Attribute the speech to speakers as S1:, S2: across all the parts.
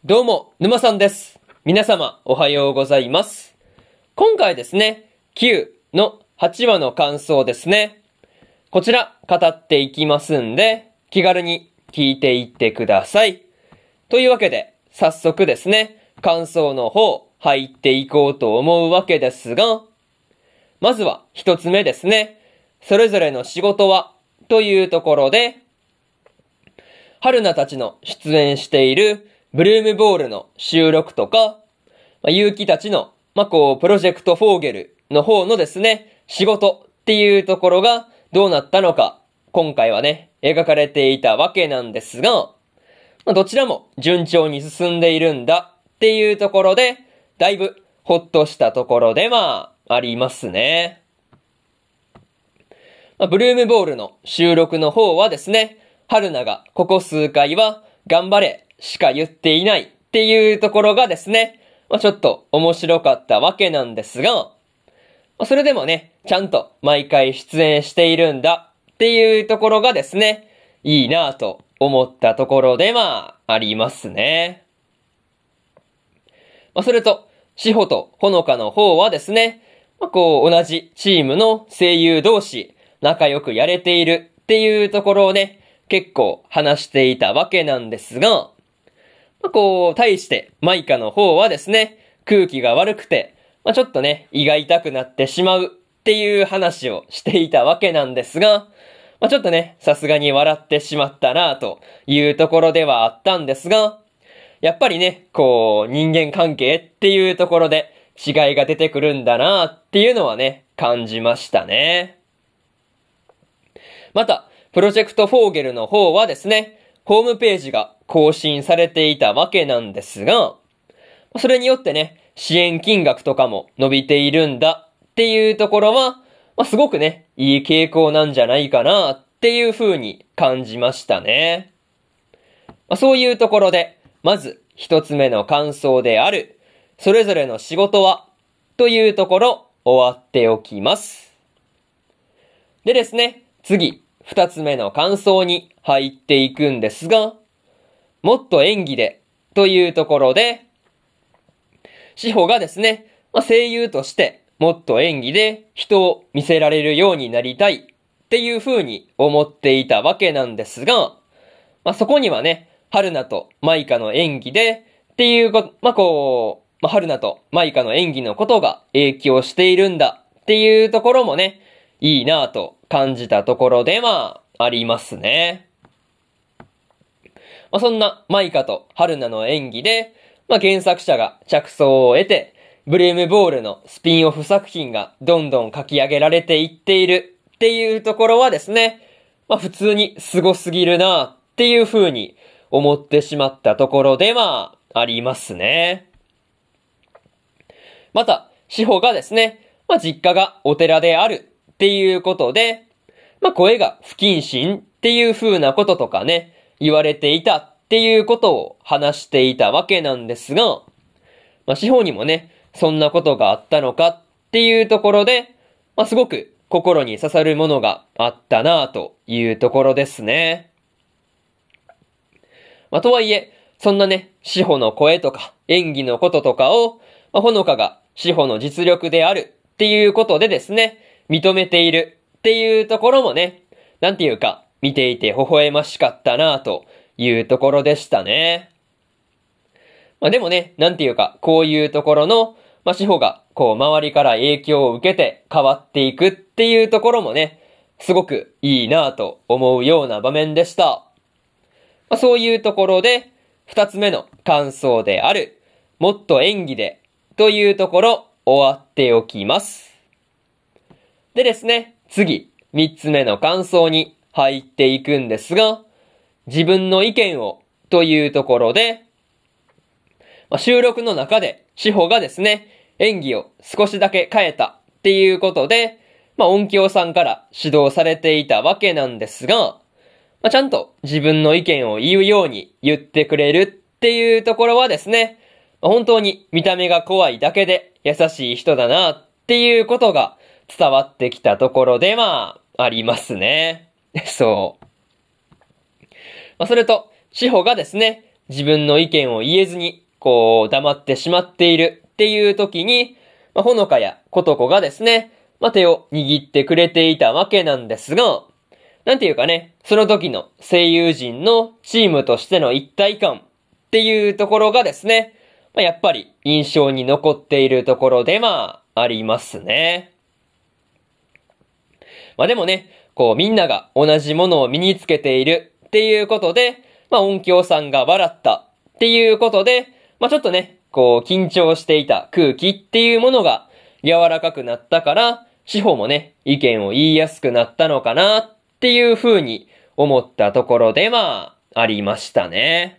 S1: どうも、沼さんです。皆様、おはようございます。今回ですね、9の8話の感想ですね。こちら、語っていきますんで、気軽に聞いていってください。というわけで、早速ですね、感想の方、入っていこうと思うわけですが、まずは一つ目ですね。それぞれの仕事は、というところで、春菜たちの出演しているブルームボールの収録とか、結城たちの、プロジェクトフォーゲルの方のですね、仕事っていうところがどうなったのか、今回はね、描かれていたわけなんですが、どちらも順調に進んでいるんだっていうところで、だいぶほっとしたところでありますね。ブルームボールの収録の方はですね、春菜がここ数回は頑張れしか言っていないっていうところがですね、ちょっと面白かったわけなんですが、それでもね、ちゃんと毎回出演しているんだっていうところがですね、いいなぁと思ったところでありますね。それと、志保とほのかの方はですね、同じチームの声優同士、仲良くやれているっていうところをね、結構話していたわけなんですが、対してマイカの方はですね、空気が悪くて、ちょっとね、胃が痛くなってしまうっていう話をしていたわけなんですが、ちょっとね、さすがに笑ってしまったなというところではあったんですが、やっぱりね、人間関係っていうところで違いが出てくるんだなっていうのはね、感じましたね。また、プロジェクトフォーゲルの方はですね、ホームページが更新されていたわけなんですが、それによってね、支援金額とかも伸びているんだっていうところは、すごくね、いい傾向なんじゃないかなっていう風に感じましたね。そういうところで、まず一つ目の感想である、それぞれの仕事は、というところ終わっておきます。でですね、次、二つ目の感想に入っていくんですが、もっと演技で、というところで、志保がですね、声優としてもっと演技で人を見せられるようになりたいっていう風に思っていたわけなんですが、そこにはね、春菜とマイカの演技でっていう春菜とマイカの演技のことが影響しているんだっていうところもね、いいなぁと感じたところでありますね。そんなマイカと春菜の演技で、原作者が着想を得て、ブレームボールのスピンオフ作品がどんどん書き上げられていっているっていうところはですね、普通に凄すぎるなっていう風に思ってしまったところでありますね。また、志保がですね、実家がお寺であるっていうことで、声が不謹慎っていう風なこととかね、言われていたっていうことを話していたわけなんですが、志保にもね、そんなことがあったのかっていうところで、すごく心に刺さるものがあったなぁというところですね。とはいえ、そんなね、志保の声とか演技のこととかを、ほのかが志保の実力であるっていうことでですね、認めているっていうところもね、なんていうか、見ていて微笑ましかったなぁというところでしたね。でもね、なんていうか、こういうところの、志保が、周りから影響を受けて変わっていくっていうところもね、すごくいいなぁと思うような場面でした。そういうところで、二つ目の感想である、もっと演技で、というところ、終わっておきます。でですね、次、三つ目の感想に入っていくんですが、自分の意見を、というところで、収録の中で、志保がですね、演技を少しだけ変えたっていうことで、音響さんから指導されていたわけなんですが、ちゃんと自分の意見を言うように言ってくれるっていうところはですね、本当に見た目が怖いだけで優しい人だなっていうことが伝わってきたところでありますね。そう。それと、志保がですね、 自分の意見を言えずに、黙ってしまっているっていう時に、ほのかやことこがですね、手を握ってくれていたわけなんですが、なんていうかね、その時の声優陣のチームとしての一体感っていうところがですね、やっぱり印象に残っているところでありますね。でもね、みんなが同じものを身につけているっていうことで、音響さんが笑ったっていうことで、ちょっとね、緊張していた空気っていうものが柔らかくなったから、志保もね、意見を言いやすくなったのかなっていう風に思ったところでありましたね。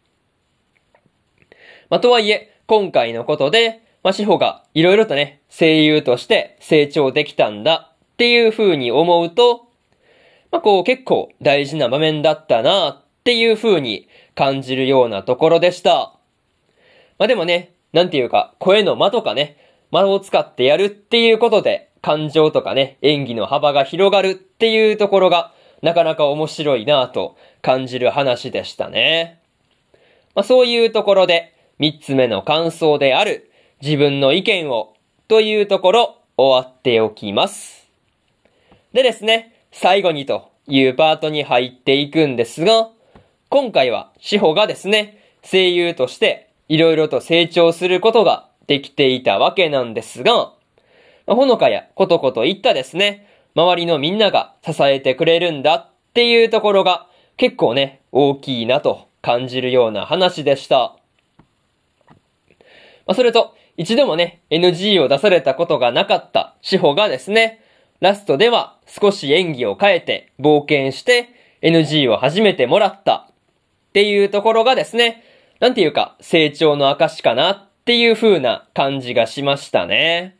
S1: とはいえ、今回のことで、志保がいろいろとね、声優として成長できたんだっていう風に思うと、結構大事な場面だったなっていう風に感じるようなところでした。でもね、なんていうか、声の間とかね、間を使ってやるっていうことで、感情とかね、演技の幅が広がるっていうところが、なかなか面白いなぁと感じる話でしたね。そういうところで、三つ目の感想である、自分の意見を、というところ、終わっておきます。でですね、最後にというパートに入っていくんですが、今回は志保がですね、声優としていろいろと成長することができていたわけなんですが、ほのかやことこといったですね、周りのみんなが支えてくれるんだっていうところが結構ね、大きいなと感じるような話でした。それと、一度もね、NG を出されたことがなかった志保がですね、ラストでは少し演技を変えて冒険して NG を初めてもらったっていうところがですね、なんていうか成長の証かなっていう風な感じがしましたね。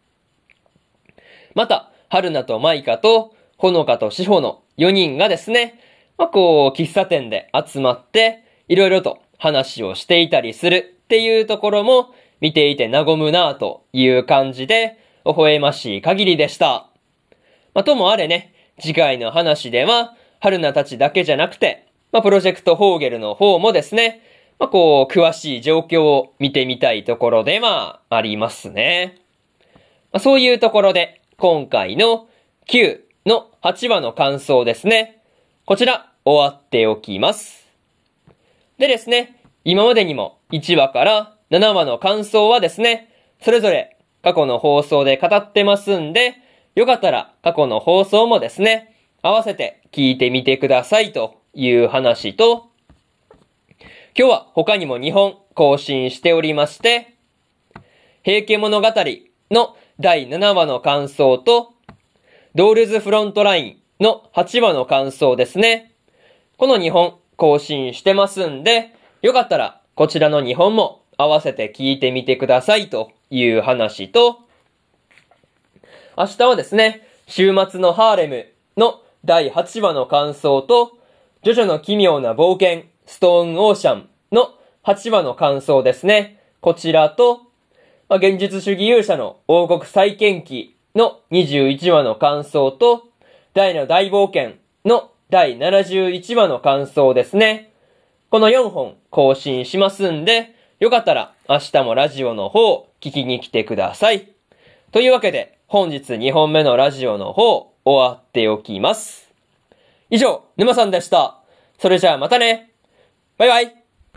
S1: また、春菜と舞香とほのかと志保の4人がですね、喫茶店で集まっていろいろと話をしていたりするっていうところも見ていて和むなぁという感じで微笑ましい限りでした。ともあれね、次回の話では、春菜たちだけじゃなくて、プロジェクトホーゲルの方もですね、詳しい状況を見てみたいところでありますね。そういうところで、今回の9の8話の感想ですね。こちら、終わっておきます。でですね、今までにも1話から7話の感想はですね、それぞれ過去の放送で語ってますんで、よかったら過去の放送もですね、合わせて聞いてみてくださいという話と、今日は他にも2本更新しておりまして、平家物語の第7話の感想と、ドールズフロントラインの8話の感想ですね。この2本更新してますんで、よかったらこちらの2本も合わせて聞いてみてくださいという話と、明日はですね、週末のハーレムの第8話の感想と、ジョジョの奇妙な冒険、ストーンオーシャンの8話の感想ですね。こちらと、現実主義勇者の王国再建記の21話の感想と、大の大冒険の第71話の感想ですね。この4本更新しますんで、よかったら明日もラジオの方聞きに来てください。というわけで、本日2本目のラジオの方、終わっておきます。以上、沼さんでした。それじゃあまたね。バイバイ。